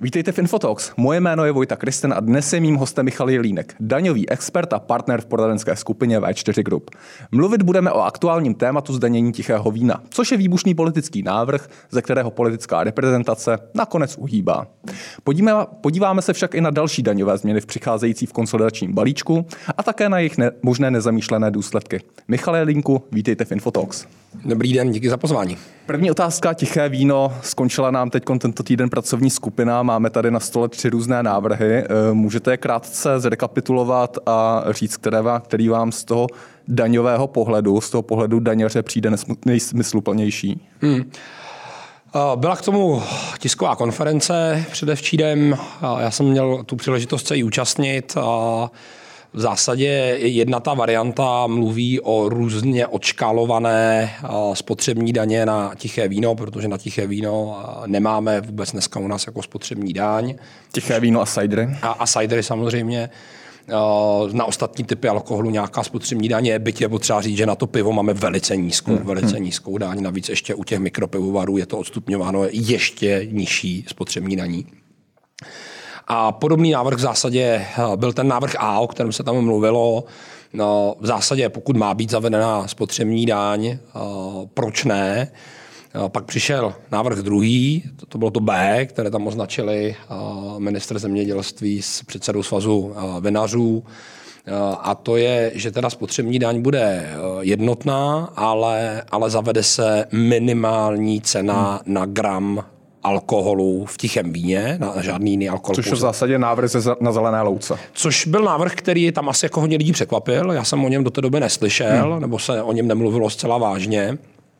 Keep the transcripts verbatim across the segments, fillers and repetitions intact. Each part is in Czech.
Vítejte v Infotalks. Moje jméno je Vojta Kristen a dnes je mým hostem Michal Jelínek, daňový expert a partner v poradenské skupině vé čtyři Group. Mluvit budeme o aktuálním tématu zdanění tichého vína, což je výbušný politický návrh, ze kterého politická reprezentace nakonec uhýbá. Podíváme, podíváme se však i na další daňové změny v přicházející v konsolidačním balíčku a také na jejich ne, možné nezamýšlené důsledky. Michal Jelínku, vítejte v Infotalks. Dobrý den, díky za pozvání. První otázka, tiché víno. Skončila nám teď tento týden pracovní skupina. Máme tady na stole tři různé návrhy. Můžete je krátce zrekapitulovat a říct, které vám, který vám z toho daňového pohledu, z toho pohledu daňaře přijde nejsmysluplnější? Hmm. Byla k tomu tisková konference předevčírem. Já jsem měl tu příležitost se jí účastnit. A v zásadě jedna ta varianta mluví o různě odškálované spotřební daně na tiché víno, protože na tiché víno nemáme vůbec dneska u nás jako spotřební daň. Tiché víno a cidery. A, a cidery samozřejmě. Na ostatní typy alkoholu nějaká spotřební daň je, byť je potřeba říct, že na to pivo máme velice nízkou, hmm. velice nízkou daň. Navíc ještě u těch mikropivovarů je to odstupňováno ještě nižší spotřební daní. A podobný návrh v zásadě byl ten návrh A, o kterém se tam mluvilo. No, v zásadě, pokud má být zavedená spotřební daň, proč ne? Pak přišel návrh druhý, to, to bylo to B, které tam označili ministr zemědělství s předsedou svazu vinařů. A to je, že teda spotřební daň bude jednotná, ale, ale zavede se minimální cena hmm. na gram alkoholu v tichém víně, na žádný jiný alkohol. Což je v zásadě návrh na zelené louce. Což byl návrh, který tam asi jako hodně lidí překvapil. Já jsem o něm do té doby neslyšel, hmm. nebo se o něm nemluvilo zcela vážně.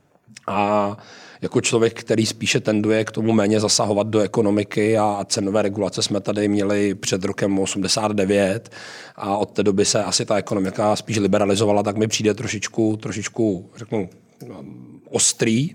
A jako člověk, který spíše tenduje k tomu méně zasahovat do ekonomiky a cenové regulace jsme tady měli před rokem osmdesát devět a od té doby se asi ta ekonomika spíš liberalizovala, tak mi přijde trošičku, trošičku řeknu, ostrý.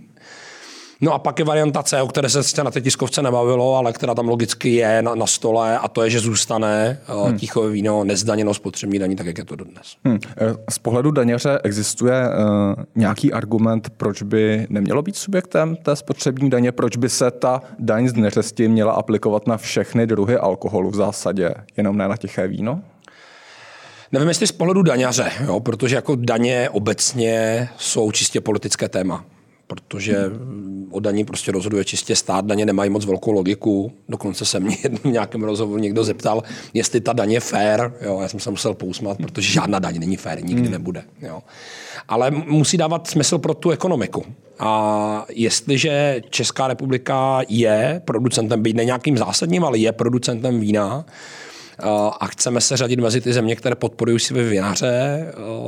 No a pak je varianta C, o které se na té tiskovce nebavilo, ale která tam logicky je na, na stole, a to je, že zůstane hmm. tichové víno nezdaněno spotřební daní, tak jak je to dodnes. Hmm. Z pohledu daněře existuje uh, nějaký argument, proč by nemělo být subjektem té spotřební daně, proč by se ta daň z neřesti měla aplikovat na všechny druhy alkoholu v zásadě, jenom ne na tiché víno? Nevím, jestli z pohledu daňaře, jo, protože jako daně obecně jsou čistě politické téma. Protože o daní prostě rozhoduje čistě stát, daně nemají moc velkou logiku. Dokonce se mě v nějakém rozhovoru někdo zeptal, jestli ta daň je fair. Jo, já jsem se musel pousmat, protože žádná daň není fair, nikdy hmm. nebude. Jo. Ale musí dávat smysl pro tu ekonomiku. A jestliže Česká republika je producentem, byť ne nějakým zásadním, ale je producentem vína, a chceme se řadit mezi ty země, které podporují si vinaře.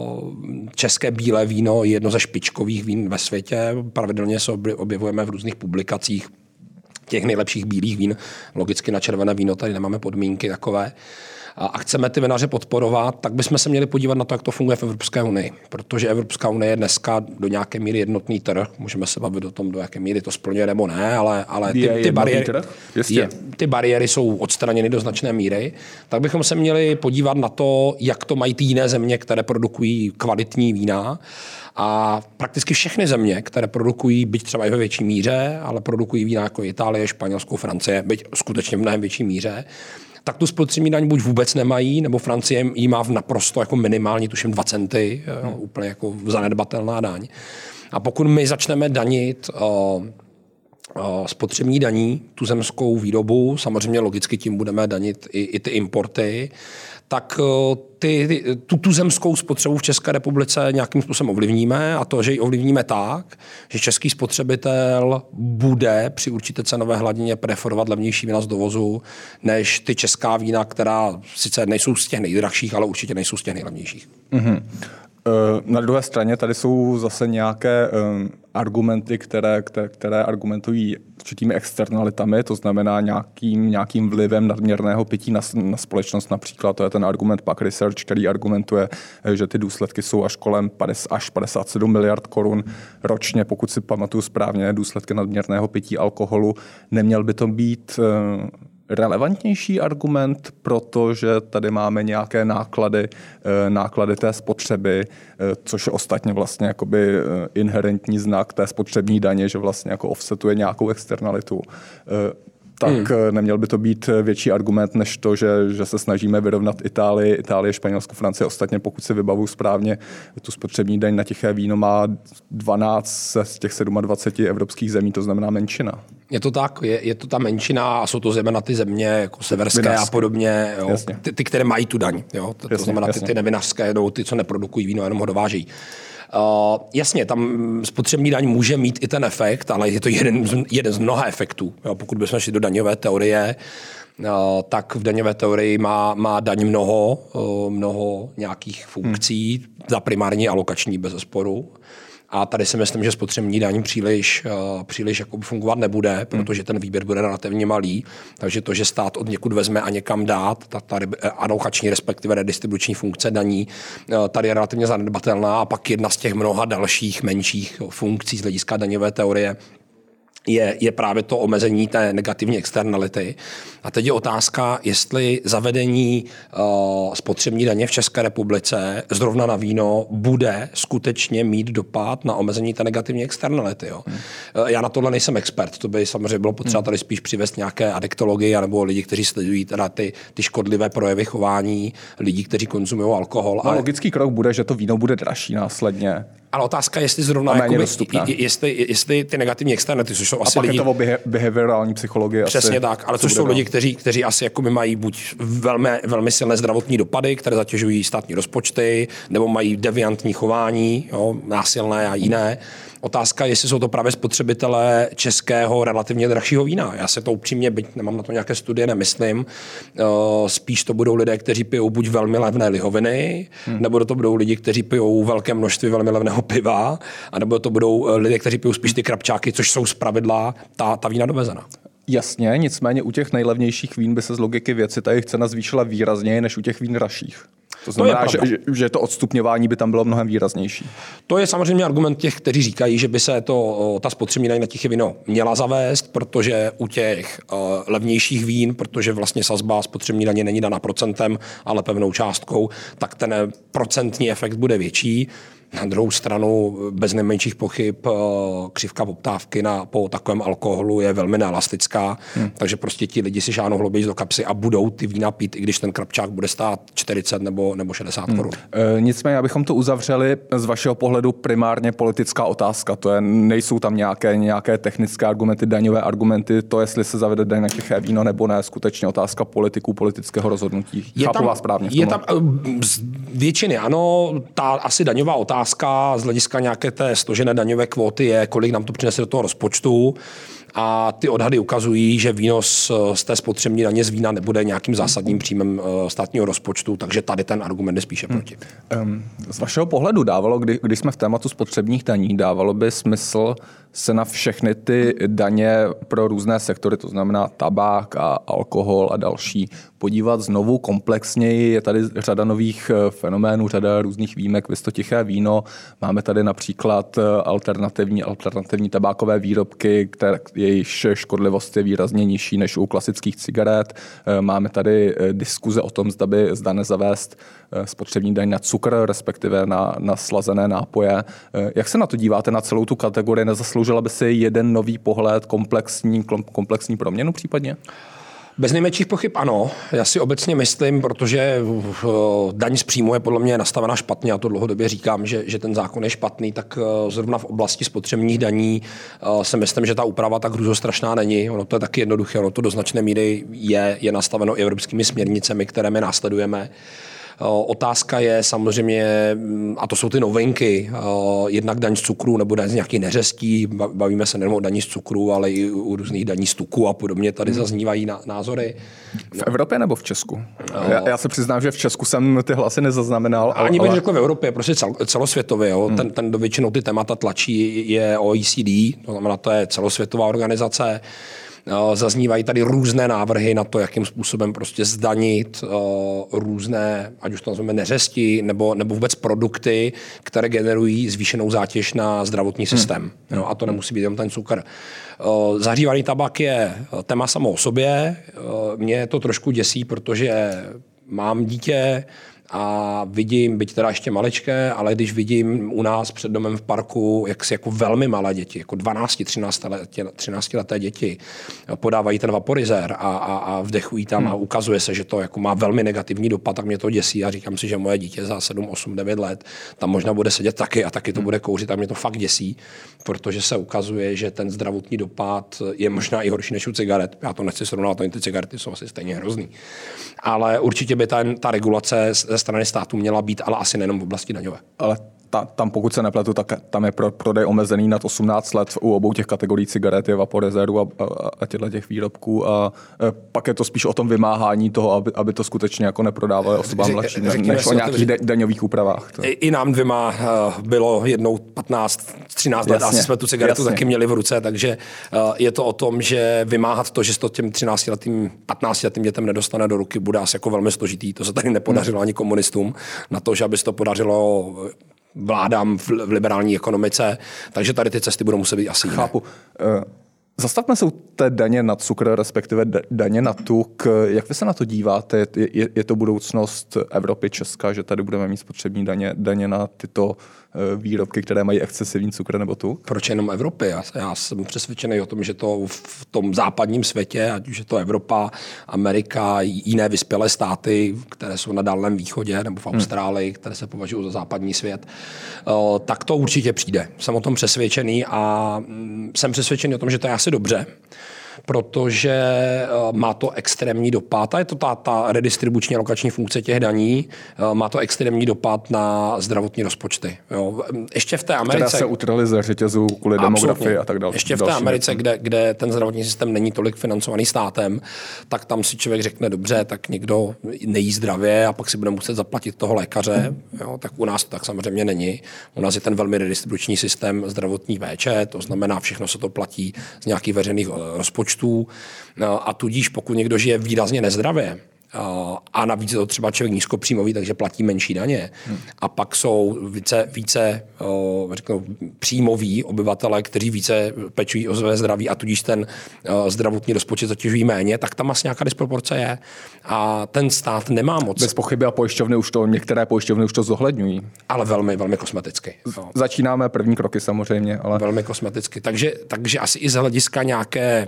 České bílé víno je jedno ze špičkových vín ve světě. Pravidelně se objevujeme v různých publikacích těch nejlepších bílých vín. Logicky na červené víno tady nemáme podmínky takové. A chceme ty vinaře podporovat, tak bychom se měli podívat na to, jak to funguje v Evropské unii. Protože Evropská unie je dneska do nějaké míry jednotný trh. Můžeme se bavit o tom, do jaké míry to splňuje nebo ne, ale, ale ty, ty, bariéry, je, ty bariéry jsou odstraněny do značné míry. Tak bychom se měli podívat na to, jak to mají ty jiné země, které produkují kvalitní vína. A prakticky všechny země, které produkují, byť třeba i ve větší míře, ale produkují vína jako Itálie, Španělsko, Francie, byť skutečně v mnohem větší míře, tak tu spotřební daň buď vůbec nemají, nebo Francie ji má v naprosto jako minimální, tuším dva centy, hmm. úplně jako zanedbatelná daň. A pokud my začneme danit uh, uh, spotřební daní, tu zemskou výrobu, samozřejmě logicky tím budeme danit i, i ty importy, tak ty, ty, tu, tu zemskou spotřebu v České republice nějakým způsobem ovlivníme, a to, že ji ovlivníme tak, že český spotřebitel bude při určité cenové hladině preferovat levnější vína z dovozu, než ty česká vína, která sice nejsou z těch nejdražších, ale určitě nejsou z těch nejlevnějších. Mm-hmm. Na druhé straně tady jsou zase nějaké um, argumenty, které, které, které argumentují určitými externalitami, to znamená nějakým, nějakým vlivem nadměrného pití na, na společnost například. To je ten argument Pack Research, který argumentuje, že ty důsledky jsou až kolem padesát až padesát sedm miliard korun ročně, pokud si pamatuju správně, důsledky nadměrného pití alkoholu. Neměl by to být uh, relevantnější argument, protože tady máme nějaké náklady, náklady té spotřeby, což je ostatně vlastně jakoby inherentní znak té spotřební daně, že vlastně jako offsetuje nějakou externalitu. tak hmm. neměl by to být větší argument, než to, že, že se snažíme vyrovnat Itálii, Itálie, Španělsko, Francie. Ostatně, pokud si vybavu správně, tu spotřební daň na tiché víno má dvanáct z těch dvaceti sedmi evropských zemí, to znamená menšina. Je to tak, je, je to ta menšina a jsou to zejména ty země jako severské Vinařské. A podobně, jo, ty, ty, které mají tu daň. Jo, to, jasně, to znamená ty, ty nevinařské, no, ty, co neprodukují víno, jenom ho dovážejí. Uh, jasně, tam spotřební daň může mít i ten efekt, ale je to jeden z, jeden z mnoha efektů. Jo, pokud bychom šli do daňové teorie, uh, tak v daňové teorii má, má daň mnoho, uh, mnoho nějakých funkcí, hmm. za primární alokační bezesporu. A tady si myslím, že spotřební daň příliš, uh, příliš jako fungovat nebude, hmm. protože ten výběr bude relativně malý. Takže to, že stát od někud vezme a někam dát, ta, ta alokační, respektive redistribuční funkce daní, uh, tady je relativně zanedbatelná. A pak jedna z těch mnoha dalších menších funkcí z hlediska daňové teorie Je, je právě to omezení té negativní externality. A teď je otázka, jestli zavedení uh, spotřební daně v České republice zrovna na víno bude skutečně mít dopad na omezení té negativní externality. Jo. Hmm. Uh, já na tohle nejsem expert, to by samozřejmě bylo potřeba tady spíš přivést nějaké adektology nebo lidi, kteří sledují teda ty, ty škodlivé projevy chování lidí, kteří konzumují alkohol. No, ale logický krok bude, že to víno bude dražší následně. Ale otázka je, jestli zrovna jakoby, jestli, jestli ty negativní externality, což jsou a asi pak lidi... je to behaviorální psychologie. Přesně asi, tak, ale což jsou lidi, kteří, kteří asi jakoby mají buď velmi, velmi silné zdravotní dopady, které zatěžují státní rozpočty, nebo mají deviantní chování, jo, násilné a jiné. Otázka je, jestli jsou to právě spotřebitelé českého relativně drahšího vína. Já se to upřímně, byť nemám na to nějaké studie, nemyslím. Spíš to budou lidé, kteří pijou buď velmi levné lihoviny, hmm. nebo to budou lidi, kteří pijou velké množství velmi levného piva, anebo to budou lidé, kteří pijou spíš ty krapčáky, což jsou zpravidla ta, ta vína dovezená. Jasně, nicméně u těch nejlevnějších vín by se z logiky věci ta jejich cena zvýšila výrazněji než u těch vín dražších. To znamená, to že, že to odstupňování by tam bylo mnohem výraznější. To je samozřejmě argument těch, kteří říkají, že by se to, ta spotřební daň na tiché víno měla zavést, protože u těch uh, levnějších vín, protože vlastně sazba spotřební daně není daná procentem, ale pevnou částkou, tak ten procentní efekt bude větší. Na druhou stranu bez nejmenších pochyb křivka poptávky na, po takovém alkoholu je velmi neelastická, hmm. takže prostě ti lidi si žádnou hlouběji do kapsy a budou ty vína pít, i když ten krapčák bude stát čtyřicet nebo, nebo šedesát hmm. korun. E, nicméně, abychom to uzavřeli, z vašeho pohledu primárně politická otázka. To je, nejsou tam nějaké, nějaké technické argumenty, daňové argumenty, to jestli se zavede daň na tiché víno nebo ne, skutečně otázka politiků, politického rozhodnutí. Je Chápu tam, vás správně. Je tam z většiny, ano, ta asi daňová otázka z hlediska nějaké té složené daňové kvóty je, kolik nám to přinese do toho rozpočtu. A ty odhady ukazují, že výnos z té spotřební daně z vína nebude nějakým zásadním příjmem státního rozpočtu, takže tady ten argument je spíše proti. Hmm. Z vašeho pohledu dávalo, kdy, když jsme v tématu spotřebních daní, dávalo by smysl se na všechny ty daně pro různé sektory, to znamená tabák a alkohol a další, podívat znovu komplexněji. Je tady řada nových fenoménů, řada různých výjimek, viz to tiché víno. Máme tady například alternativní, alternativní tabákové výrobky, které jejich škodlivost je výrazně nižší než u klasických cigaret. Máme tady diskuze o tom, zda by zda nezavést spotřební daň na cukr, respektive na, na slazené nápoje. Jak se na to díváte, na celou tu kategorii? Nezasloužila by si jeden nový pohled, komplexní, komplexní proměnu případně? Bez nejmenších pochyb ano. Já si obecně myslím, protože daň z příjmu je podle mě nastavená špatně, a to dlouhodobě říkám, že, že ten zákon je špatný, tak zrovna v oblasti spotřebních daní si myslím, že ta úprava tak hrůzostrašná není. Ono to je taky jednoduché, ono to do značné míry je, je nastaveno i evropskými směrnicemi, které my následujeme. Otázka je samozřejmě, a to jsou ty novinky, jednak daň z cukru nebo daň z nějakých neřestí, bavíme se nejen o daní z cukru, ale i u různých daní z tuku a podobně, tady zaznívají názory. V Evropě nebo v Česku? Já, já se přiznám, že v Česku jsem ty hlasy nezaznamenal. Ani bych ale... řekl v Evropě, prostě cel, celosvětově. Jo. Hmm. Ten, ten, kdo většinou ty témata tlačí, je O E C D, to znamená, to je celosvětová organizace. Zaznívají tady různé návrhy na to, jakým způsobem prostě zdanit uh, různé, ať už to nazveme neřesti, nebo, nebo vůbec produkty, které generují zvýšenou zátěž na zdravotní systém. Hmm. No, a to nemusí být jenom ten cukr. Uh, zahřívaný tabák je téma samo o sobě. Uh, mě to trošku děsí, protože mám dítě a vidím, byť teda ještě maličké, ale když vidím u nás před domem v parku, jak si jako velmi malé děti, jako dvanáct třináct leté děti podávají ten vaporizér a, a, a vdechují tam hmm. a ukazuje se, že to jako má velmi negativní dopad, tak mě to děsí a říkám si, že moje dítě za sedm, osm, devět let tam možná bude sedět taky a taky to hmm. bude kouřit a mě to fakt děsí, protože se ukazuje, že ten zdravotní dopad je možná i horší než u cigaret. Já to nechci srovnávat, ty cigarety jsou asi stejně hrozný. Ale určitě by ta, ta regulace ze strany státu měla být, ale asi nejenom v oblasti daňové. Ale ta, tam, pokud se nepletu, tak tam je pro, prodej omezený nad osmnáct let u obou těch kategorií cigaret, je vaporizéru a, a, a těchto těch výrobků. A, a pak je to spíš o tom vymáhání toho, aby, aby to skutečně jako neprodávali osobám mladším, než o nějakých de, daňových úpravách. To. I, I nám dvěma uh, bylo jednou patnáct třináct let, asi jsme tu cigaretu jasně. taky měli v ruce, takže uh, je to o tom, že vymáhat to, že se to těm třináctiletým, patnáctiletým dětem nedostane do ruky, bude asi jako velmi složitý. To se tady nepodařilo hmm. ani komunistům na to, že aby se to podařilo vládám v liberální ekonomice, takže tady ty cesty budou muset být asi jiné. Chápu. Zastavme se u té daně na cukr, respektive daně na tuk. Jak vy se na to díváte? Je, je to budoucnost Evropy, Česka, že tady budeme mít spotřební daně, daně na tyto výrobky, které mají excesivní cukr nebo tuk? Proč jenom Evropy? Já, já jsem přesvědčený o tom, že to v tom západním světě, ať už je to Evropa, Amerika, jiné vyspělé státy, které jsou na Dálném východě nebo v Austrálii, hmm. které se považují za západní svět, tak to určitě přijde. Jsem o tom přesvědčený a jsem přesvědčený o tom, že to je asi dobře, protože má to extrémní dopad. A je to ta, ta redistribuční alokační funkce těch daní, má to extrémní dopad na zdravotní rozpočty. Jo. Ještě v té Americe... Které se utrhly ze řetězu kvůli demografii a tak dále. Ještě v té Americe, kde, kde ten zdravotní systém není tolik financovaný státem, tak tam si člověk řekne, dobře, tak někdo nejí zdravě a pak si bude muset zaplatit toho lékaře. Jo. Tak u nás to tak samozřejmě není. U nás je ten velmi redistribuční systém zdravotní péče, to znamená, všechno se to platí z nějakých veřejných rozpočtů. A tudíž pokud někdo žije výrazně nezdravě a navíc je to třeba člověk nízkopříjmový, takže platí menší daně hmm. a pak jsou více, více řeknu, příjmoví obyvatele, kteří více pečují o své zdraví a tudíž ten zdravotní rozpočet zatěžují méně, tak tam asi nějaká disproporce je a ten stát nemá moc. Bez pochyby a pojišťovny už to, některé pojišťovny už to zohledňují. Ale velmi, velmi kosmeticky. No. Začínáme první kroky samozřejmě, ale... Velmi kosmeticky, takže, takže asi i z hlediska nějaké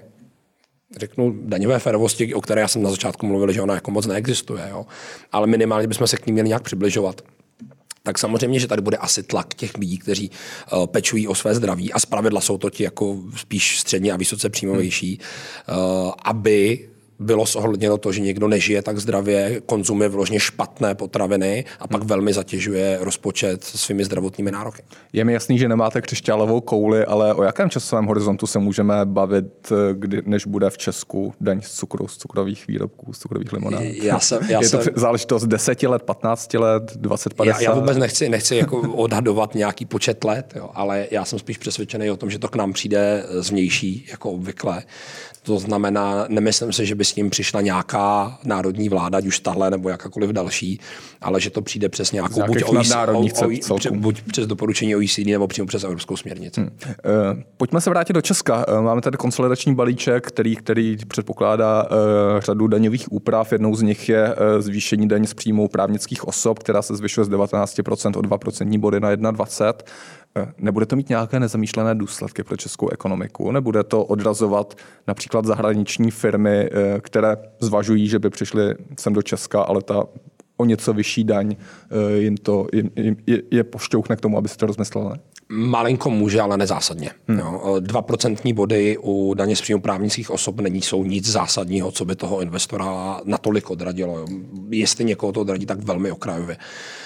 řeknu daňové férovosti, o které já jsem na začátku mluvil, že ona jako moc neexistuje, jo? Ale minimálně bychom se k ní měli nějak přibližovat. Tak samozřejmě, že tady bude asi tlak těch lidí, kteří uh, pečují o své zdraví a zpravidla jsou to ti jako spíš středně a vysoce příjmovější, uh, aby bylo zohledněno to, že někdo nežije tak zdravě, konzumuje vložně špatné potraviny a pak hmm. velmi zatěžuje rozpočet svými zdravotními nároky. Je mi jasný, že nemáte křišťálovou kouli, ale o jakém časovém horizontu se můžeme bavit, kdy, než bude v Česku daň z cukru, z cukrových výrobků, z cukrových limonád? Já jsem, já je to jsem, záležitost deseti let, patnácti let, dvacet, padesát? Já, já vůbec nechci, nechci jako odhadovat nějaký počet let, jo, ale já jsem spíš přesvědčený o tom, že to k nám přijde zvnější, jako obvykle. To znamená, nemyslím si, že by s tím přišla nějaká národní vláda, ať už tahle nebo jakákoliv další, ale že to přijde přes nějakou buď, O E C D, buď přes doporučení O E C D nebo přímo přes evropskou směrnici. Hmm. Uh, pojďme se vrátit do Česka. Uh, máme tady konsolidační balíček, který, který předpokládá uh, řadu daňových úprav. Jednou z nich je uh, zvýšení daně z příjmů právnických osob, která se zvyšuje z devatenáct procent o dva procentní body na dvacet jedna. Nebude to mít nějaké nezamýšlené důsledky pro českou ekonomiku? Nebude to odrazovat například zahraniční firmy, které zvažují, že by přišly sem do Česka, ale ta o něco vyšší daň jim to jim, jim, je, je pošťouchne k tomu, aby si to rozmysleli? Malinko může, ale nezásadně. Hmm. Jo. Dva procentní body u daně z příjmu právnických osob není jsou nic zásadního, co by toho investora natolik odradilo. Jo. Jestli někoho to odradí, tak velmi okrajově.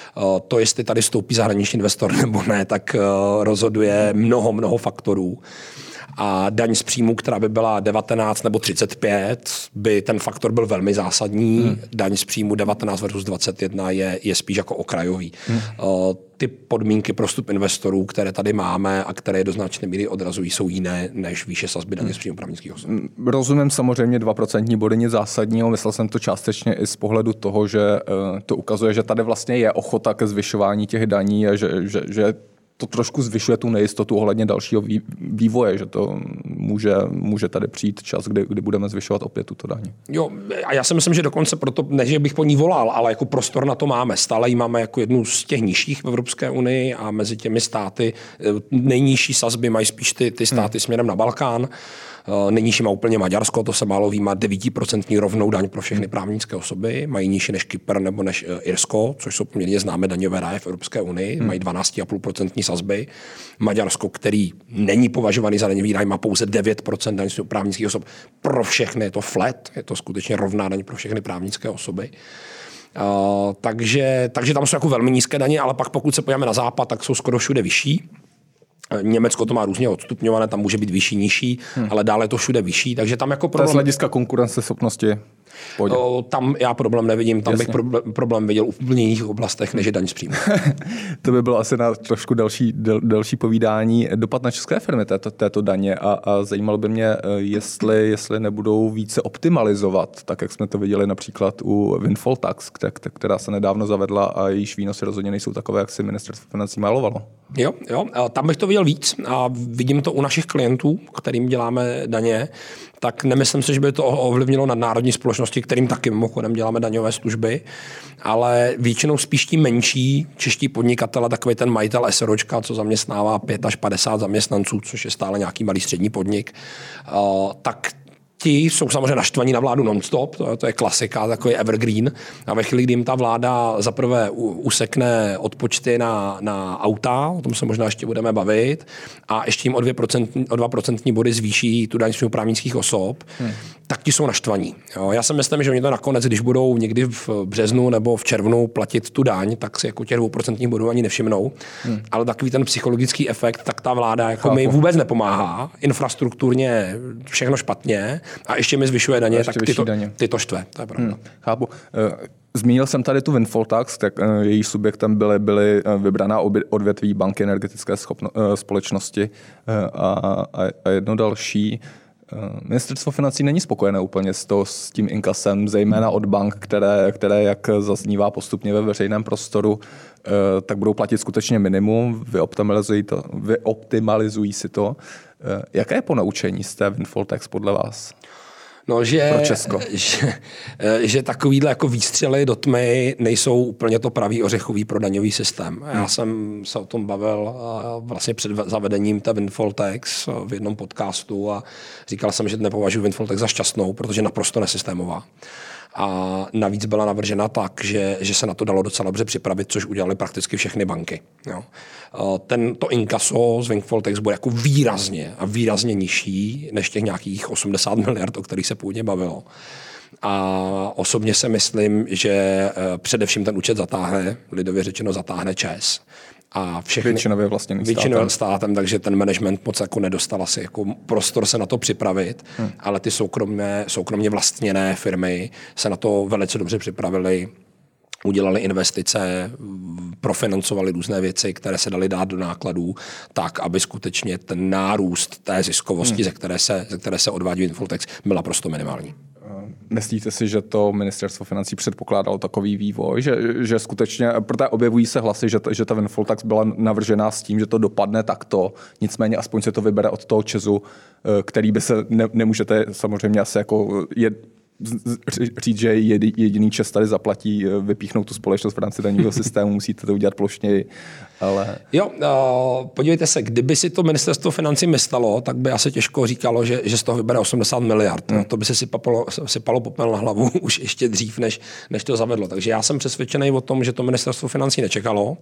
To, jestli tady stoupí zahraniční investor nebo ne, tak rozhoduje mnoho, mnoho faktorů. A daň z příjmu, která by byla devatenáct nebo třicet pět, by ten faktor byl velmi zásadní. Hmm. Daň z příjmu devatenáct versus dvacet jedna je, je spíš jako okrajový. Hmm. Ty podmínky pro vstup investorů, které tady máme a které do značné míry odrazují, jsou jiné než výše sazby daně z příjmu právnických osob. Rozumím samozřejmě dva procentní body nic zásadního. Myslel jsem to částečně i z pohledu toho, že to ukazuje, že tady vlastně je ochota ke zvyšování těch daní a že, že, že to trošku zvyšuje tu nejistotu ohledně dalšího vývoje, že to může, může tady přijít čas, kdy, kdy budeme zvyšovat opět tuto daň. Jo, a já si myslím, že dokonce proto, ne, že bych po ní volal, ale jako prostor na to máme. Stále ji máme jako jednu z těch nižších v Evropské unii a mezi těmi státy nejnižší sazby mají spíš ty, ty státy hmm. směrem na Balkán. Nejnižší má úplně Maďarsko, to se málo ví, má devět procent rovnou daň pro všechny právnické osoby, mají nižší než Kypr nebo než Irsko, což jsou poměrně známé daňové ráje v Evropské unii, hmm. mají dvanáct celá pět procent sazby. Maďarsko, který není považovaný za daňový ráj, má pouze devět procent daň z právnických osob. Pro všechny je to flat, je to skutečně rovná daň pro všechny právnické osoby. Uh, takže, takže tam jsou jako velmi nízké daně, ale pak pokud se podíváme na západ, tak jsou skoro všude vyšší. Německo to má různě odstupňované, tam může být vyšší, nižší, hmm. ale dále je to všude vyšší, takže tam jako problém... To je z hlediska konkurenceschopnosti. O, tam já problém nevidím, tam Jasně. bych problém, problém viděl v úplně jiných oblastech, než je daň z příjmu. To by bylo asi na trošku další, del, další povídání. Dopad na české firmy této, této daně a, a zajímalo by mě, jestli, jestli nebudou více optimalizovat, tak jak jsme to viděli například u windfall tax, která se nedávno zavedla a jejíž výnosy rozhodně nejsou takové, jak si ministerstvo financí málovalo. Jo, jo, tam bych to viděl víc a vidím to u našich klientů, kterým děláme daně, tak nemyslím si, že by to ovlivnilo nadnárodní společnosti, kterým taky mimochodem děláme daňové služby, ale většinou spíš ti menší čeští podnikatele, takový ten majitel SROčka, co zaměstnává pět až padesát zaměstnanců, což je stále nějaký malý střední podnik, tak ti jsou samozřejmě naštvaní na vládu non-stop, to, to je klasika, takový evergreen. A ve chvíli, kdy jim ta vláda zaprvé usekne odpočty na, na auta, o tom se možná ještě budeme bavit, a ještě jim o, o dva procentní body zvýší tu daň z právnických osob, hmm. tak ti jsou naštvaní. Jo, já si myslím, že oni to nakonec, když budou někdy v březnu nebo v červnu platit tu daň, tak si jako těch dvou procentních bodů ani nevšimnou. Hmm. Ale takový ten psychologický efekt, tak ta vláda jako mi vůbec nepomáhá. Infrastrukturně všechno špatně. A ještě mi zvyšuje daně, tak ty to, daně. ty to štve. To je pravda. Hmm, chápu. Zmínil jsem tady tu windfall tax, tak její subjektem byly, byly vybraná odvětví banky energetické schopno, společnosti a, a, a jedno další. Ministerstvo financí není spokojené úplně s, to, s tím inkasem, zejména od bank, které, které, jak zaznívá postupně ve veřejném prostoru, tak budou platit skutečně minimum, vyoptimalizují, to, vyoptimalizují si to. Jaké je ponaučení z té windfall tax podle vás? No, že, pro Česko. Že, že takovýhle jako výstřely do tmy nejsou úplně to pravý ořechový pro daňový systém. Já hmm. jsem se o tom bavil vlastně před zavedením té windfall tax v jednom podcastu a říkal jsem, že nepovažuji windfall tax za šťastnou, protože je naprosto nesystémová. A navíc byla navržena tak, že, že se na to dalo docela dobře připravit, což udělali prakticky všechny banky. Jo. Ten, to inkaso z windfall tax bude jako výrazně a výrazně nižší než těch nějakých osmdesát miliard, o kterých se původně bavilo. A osobně si myslím, že především ten účet zatáhne, lidově řečeno zatáhne ČEZ. A všechny, většinově vlastně většinovým státem, takže ten management moc jako nedostal asi jako prostor se na to připravit, hmm. ale ty soukromně, soukromně vlastněné firmy se na to velice dobře připravily, udělali investice, profinancovali různé věci, které se daly dát do nákladů, tak, aby skutečně ten nárůst té ziskovosti, hmm. ze, které se, ze které se odvádí windfall tax, byla prosto minimální. Myslíte si, že to ministerstvo financí předpokládalo takový vývoj, že, že skutečně, protože objevují se hlasy, že, že ta windfall tax byla navržená s tím, že to dopadne takto, nicméně aspoň se to vybere od toho ČEZu, který by se, ne, nemůžete samozřejmě asi jako je, říct, že jediný ČEZ tady zaplatí, vypíchnout tu společnost v rámci daňového systému, musíte to udělat plošněji. Ale... Jo, uh, podívejte se, kdyby si to ministerstvo financí myslelo, tak by asi těžko říkalo, že, že z toho vybere osmdesát miliard. Hmm. No, to by se sypalo, sypalo popel na hlavu už ještě dřív, než, než to zavedlo. Takže já jsem přesvědčený o tom, že to ministerstvo financí nečekalo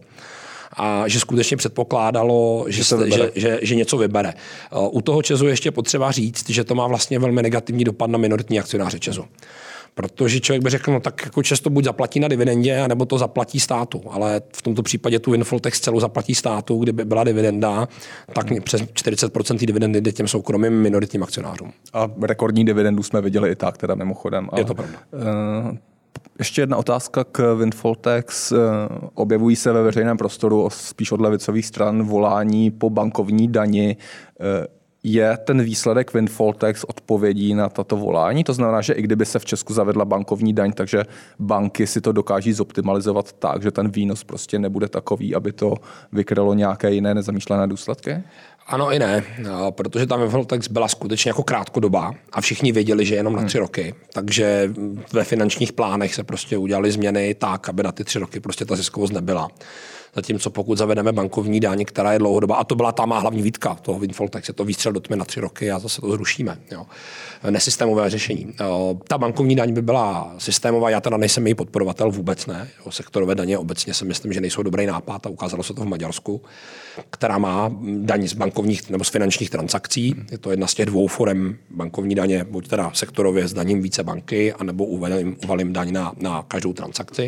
a že skutečně předpokládalo, že, že, že, že, že něco vybere. U toho ČEZu ještě potřeba říct, že to má vlastně velmi negativní dopad na minoritní akcionáře ČEZu. Protože člověk by řekl, no tak jako ČEZ to buď zaplatí na dividendě, nebo to zaplatí státu. Ale v tomto případě tu windfall tax celou zaplatí státu, kdyby byla dividenda, tak přes čtyřicet procent dividendy jde těm soukromým minoritním akcionářům. A rekordní dividendu jsme viděli i tak, teda mimochodem. Je to pravda. Uh... Ještě jedna otázka k windfall tax. Objevují se ve veřejném prostoru spíš od levicových stran volání po bankovní dani. je ten výsledek windfall tax odpovědí na tato volání? To znamená, že i kdyby se v Česku zavedla bankovní daň, takže banky si to dokáží zoptimalizovat tak, že ten výnos prostě nebude takový, aby to vykrylo nějaké jiné nezamýšlené důsledky? Ano i ne, protože ta windfall tax byla skutečně jako krátkodobá a všichni věděli, že jenom na tři hmm. roky. Takže ve finančních plánech se prostě udělaly změny tak, aby na ty tři roky prostě ta ziskovost nebyla. Zatímco pokud zavedeme bankovní daň, která je dlouhodobá, a to byla ta má hlavní výtka toho windfall tax, se to výstřel do tmy na tři roky a zase to zrušíme. Jo. Nesystémové řešení. Ta bankovní daň by byla systémová, já teda nejsem její podporovatel, vůbec ne. Jo. Sektorové daně obecně si myslím, že nejsou dobrý nápad a ukázalo se to v Maďarsku, která má daň z bankovních nebo z finančních transakcí. Je to jedna z těch dvou forem bankovní daně, buď teda sektorově s daním více banky, anebo uvalím, uvalím daň na, na každou transakci.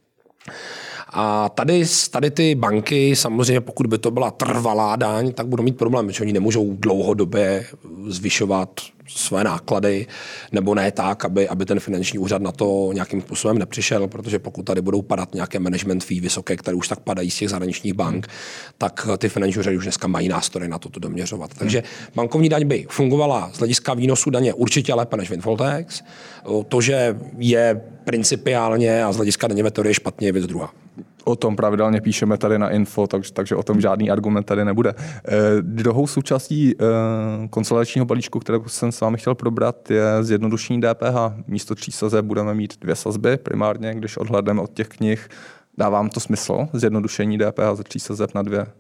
A tady, tady ty banky, samozřejmě pokud by to byla trvalá daň, tak budou mít problém, protože oni nemůžou dlouhodobě zvyšovat své náklady, nebo ne tak, aby, aby ten finanční úřad na to nějakým způsobem nepřišel, protože pokud tady budou padat nějaké management fee vysoké, které už tak padají z těch zahraničních bank, hmm. tak ty finanční úřady už dneska mají nástroje na to, to doměřovat. Takže hmm. bankovní daň by fungovala z hlediska výnosu daně určitě lépe než windfall tax. To, že je principiálně a z hlediska daňové teorie špatně, je věc druhá. O tom pravidelně píšeme tady na info, takže, takže o tom žádný argument tady nebude. Druhou součástí konsolidačního balíčku, kterou jsem s vámi chtěl probrat, je zjednodušení D P H. Místo tří sazeb budeme mít dvě sazby primárně, když odhlédneme od těch knih. Dává vám to smysl, zjednodušení D P H ze tří sazeb na dvě?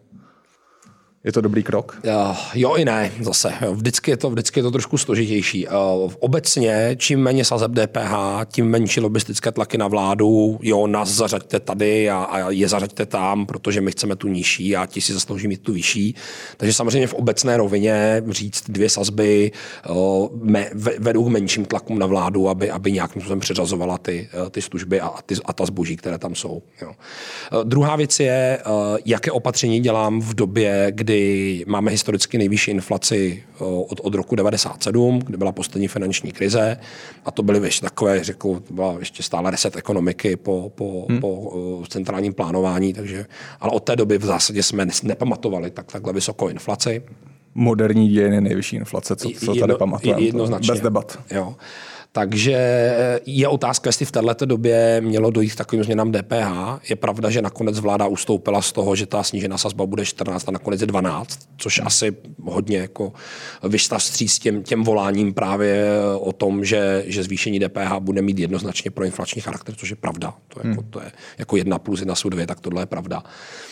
Je to dobrý krok? Uh, jo i ne, zase. Vždycky je to, vždycky je to trošku složitější. Uh, obecně, čím méně sazeb D P H, tím menší lobistické tlaky na vládu. Jo, nás zařaďte tady a, a je zařaďte tam, protože my chceme tu nižší a ti si zaslouží mít tu vyšší. Takže samozřejmě v obecné rovině říct dvě sazby uh, me, vedou k menším tlakům na vládu, aby, aby nějakým způsobem přeřazovala ty, uh, ty služby a, a, ty, a ta zboží, které tam jsou. Jo. Uh, druhá věc je, uh, jaké opatření dělám v době, kdy kdy máme historicky nejvyšší inflaci od, od roku devadesát sedm, kdy byla poslední finanční krize a to byly ještě takové, řekl, to byla ještě stále reset ekonomiky po, po, hmm. po centrálním plánování, takže, ale od té doby v zásadě jsme nepamatovali tak, takhle vysokou inflaci. Moderní dějiny nejvyšší inflace, co, co tady pamatujeme, jednoznačně. Bez debat. Jo. Takže je otázka, jestli v této době mělo dojít k takovým změnám D P H. Je pravda, že nakonec vláda ustoupila z toho, že ta snížená sazba bude čtrnáct a nakonec je dvanáct, což hmm. asi hodně jako vyšla vstříc těm, těm voláním právě o tom, že, že zvýšení D P H bude mít jednoznačně pro inflační charakter, což je pravda. To je, hmm. jako, to je jako jedna plus jedna jsou dvě, tak tohle je pravda.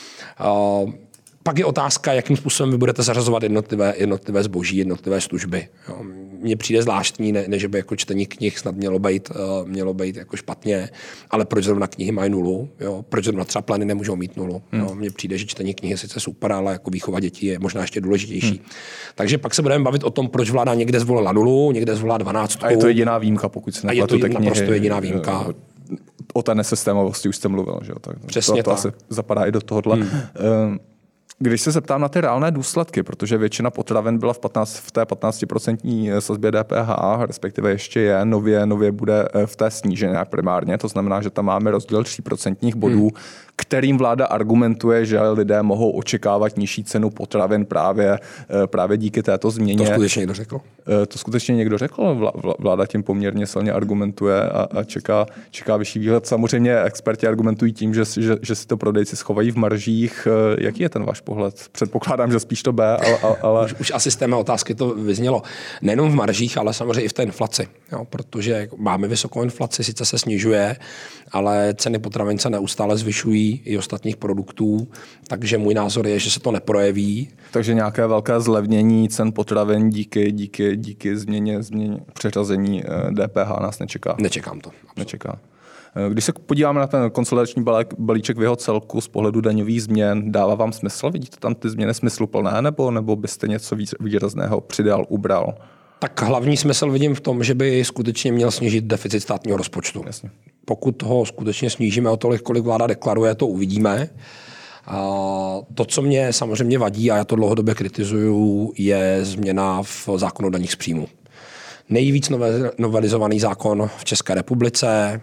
Uh, Pak je otázka, jakým způsobem vy budete zařazovat jednotlivé, jednotlivé zboží, jednotlivé služby. Jo. Mně přijde zvláštní, ne, ne že by jako čtení knih snad mělo být, uh, mělo být jako špatně, ale proč zrovna knihy mají nulu? Jo. Proč zrovna třeba pleny nemůžou mít nulu? Hmm. Jo. Mně přijde, že čtení knihy je sice super, ale jako výchova dětí je možná ještě důležitější. Hmm. Takže pak se budeme bavit o tom, proč vláda někde zvolila nulu, někde zvolila dvanáct. A je to jediná výjimka, pokud se nepletu ty knihy. A je to naprosto jediná výjimka. O té nesystémovosti už jste mluvil, že jo? Tak přesně to, to tak. asi zapadá i do tohohle. Hmm. Když se zeptám na ty reálné důsledky, protože většina potravin byla v, patnáct, v té patnáctiprocentní sazbě D P H, respektive ještě je, nově, nově bude v té snížené primárně, to znamená, že tam máme rozdíl tří procentních bodů, hmm. kterým vláda argumentuje, že lidé mohou očekávat nižší cenu potravin právě, právě díky této změně. To skutečně někdo řekl? To skutečně někdo řekl, vláda tím poměrně silně argumentuje a, a čeká, čeká vyšší výhled. Samozřejmě experti argumentují tím, že, že, že si to prodejci schovají v maržích. Jaký je ten váš pohled? Předpokládám, že spíš to B, ale... ale... Už, už asi z té mé otázky to vyznělo. Nejenom v maržích, ale samozřejmě i v té inflaci. Jo, protože máme vysokou inflaci, sice se snižuje, ale ceny potravin se neustále zvyšují i ostatních produktů, takže můj názor je, že se to neprojeví. Takže nějaké velké zlevnění cen potravin díky, díky, díky změně, změně přeřazení D P H nás nečeká. Nečekám to. Nečeká. Když se podíváme na ten konsolidační balíček v jeho celku z pohledu daňových změn, dává vám smysl? Vidíte tam ty změny smysluplné, nebo, nebo byste něco výrazného přidal, ubral? Tak hlavní smysl vidím v tom, že by skutečně měl snížit deficit státního rozpočtu. Jasně. Pokud ho skutečně snížíme o tolik, kolik vláda deklaruje, to uvidíme. A to, co mě samozřejmě vadí, a já to dlouhodobě kritizuju, je změna v zákonu o daních z příjmu. Nejvíc novelizovaný zákon v České republice,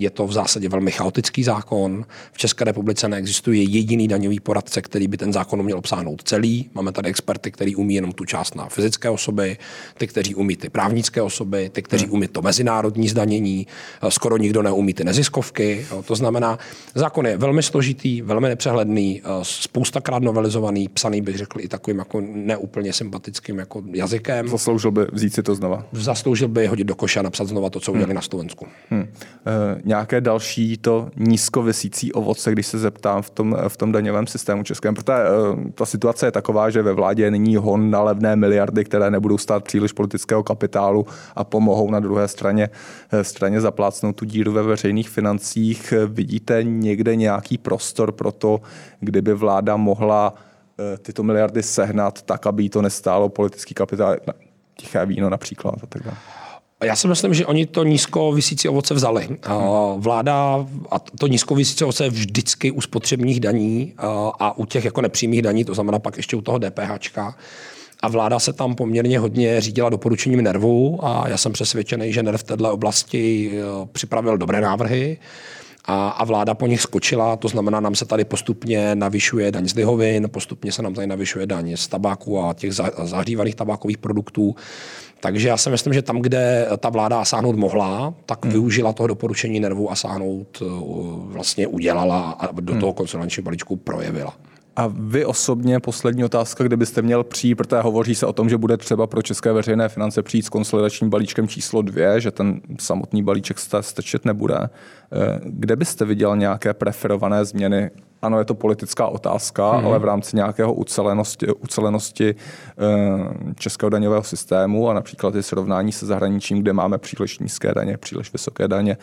Je to v zásadě velmi chaotický zákon. V České republice neexistuje jediný daňový poradce, který by ten zákon měl obsáhnout celý. Máme tady experty, kteří umí jenom tu část na fyzické osoby, ty, kteří umí ty právnické osoby, ty, kteří umí to mezinárodní zdanění, skoro nikdo neumí ty neziskovky. To znamená, zákon je velmi složitý, velmi nepřehledný, spoustakrát novelizovaný, psaný bych řekl i takovým jako neúplně sympatickým jako jazykem. Zasloužil by vzít si to znova. Zasloužil by hodit do koše a napsat znova to, co udělali hmm. na Slovensku. Hmm. E, nějaké další to nízkovisící ovoce, když se zeptám v tom, v tom daňovém systému českém, protože e, ta situace je taková, že ve vládě je nyní hon na levné miliardy, které nebudou stát příliš politického kapitálu a pomohou na druhé straně, straně zaplácnout tu díru ve veřejných financích. Vidíte někde nějaký prostor pro to, kdyby vláda mohla tyto miliardy sehnat tak, aby jí to nestálo politický kapitál, tiché víno například a tak dále? Já si myslím, že oni to nízkovisící ovoce vzali. Vláda, a to nízkovisící ovoce je vždycky u spotřebních daní a u těch jako nepřímých daní, to znamená pak ještě u toho DPHčka. A vláda se tam poměrně hodně řídila doporučením NERVu a já jsem přesvědčený, že NERV v této oblasti připravil dobré návrhy. A, a vláda po nich skočila, to znamená, nám se tady postupně navyšuje daň z lihovin, postupně se nám tady navyšuje daň z tabáku a těch zahřívaných tabákových produktů. Takže já si myslím, že tam, kde ta vláda sáhnout mohla, tak hmm. využila toho doporučení NERVu a sáhnout vlastně udělala a do toho konsolidačního balíčku projevila. A vy osobně, poslední otázka, kdybyste měl přijít, protože hovoří se o tom, že bude třeba pro české veřejné finance přijít s konsolidačním balíčkem číslo dvě, že ten samotný balíček stačit nebude. Kde byste viděl nějaké preferované změny? Ano, je to politická otázka, hmm. ale v rámci nějakého ucelenosti, ucelenosti českého daňového systému a například i srovnání se zahraničím, kde máme příliš nízké daně, příliš vysoké daně.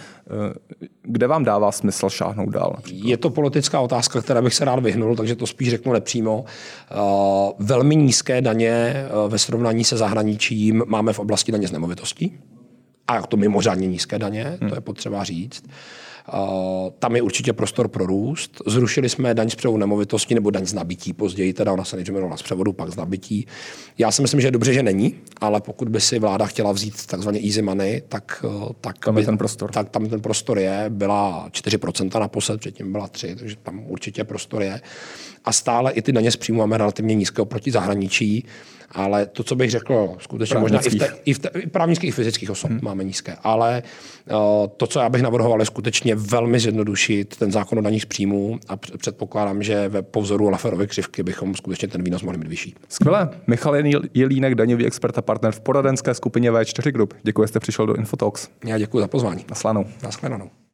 Kde vám dává smysl šáhnout dál? Například? Je to politická otázka, která bych se rád vyhnul, takže to spíš řeknu nepřímo. Velmi nízké daně ve srovnání se zahraničím máme v oblasti daně z nemovitostí. A to mimořádně nízké daně, hmm. to je potřeba říct. Uh, tam je určitě prostor pro růst. Zrušili jsme daň z převodu nemovitosti nebo daň z nabití později, teda ona se nejdřív jmenovala z převodu, pak z nabití. Já si myslím, že je dobře, že není, ale pokud by si vláda chtěla vzít takzvaně easy money, tak, tak, tam, by, je ten prostor. tak tam ten prostor je. Byla čtyři procenta naposled, předtím byla tři, takže tam určitě prostor je. A stále i ty daně z příjmu máme relativně nízké oproti zahraničí. Ale to, co bych řekl, skutečně možná i v, te, i v te, právnických i fyzických osob hmm. máme nízké. Ale uh, to, co já bych navrhoval, je skutečně velmi zjednodušit ten zákon o daních z příjmů a předpokládám, že ve povzoru Lafferovy křivky bychom skutečně ten výnos mohli mít vyšší. Skvělé. Michal Jelínek, daňový expert a partner v poradenské skupině V čtyři Group. Děkuji, že jste přišel do Infotalks. Já děkuji za pozvání. Naslanou. Naschledanou.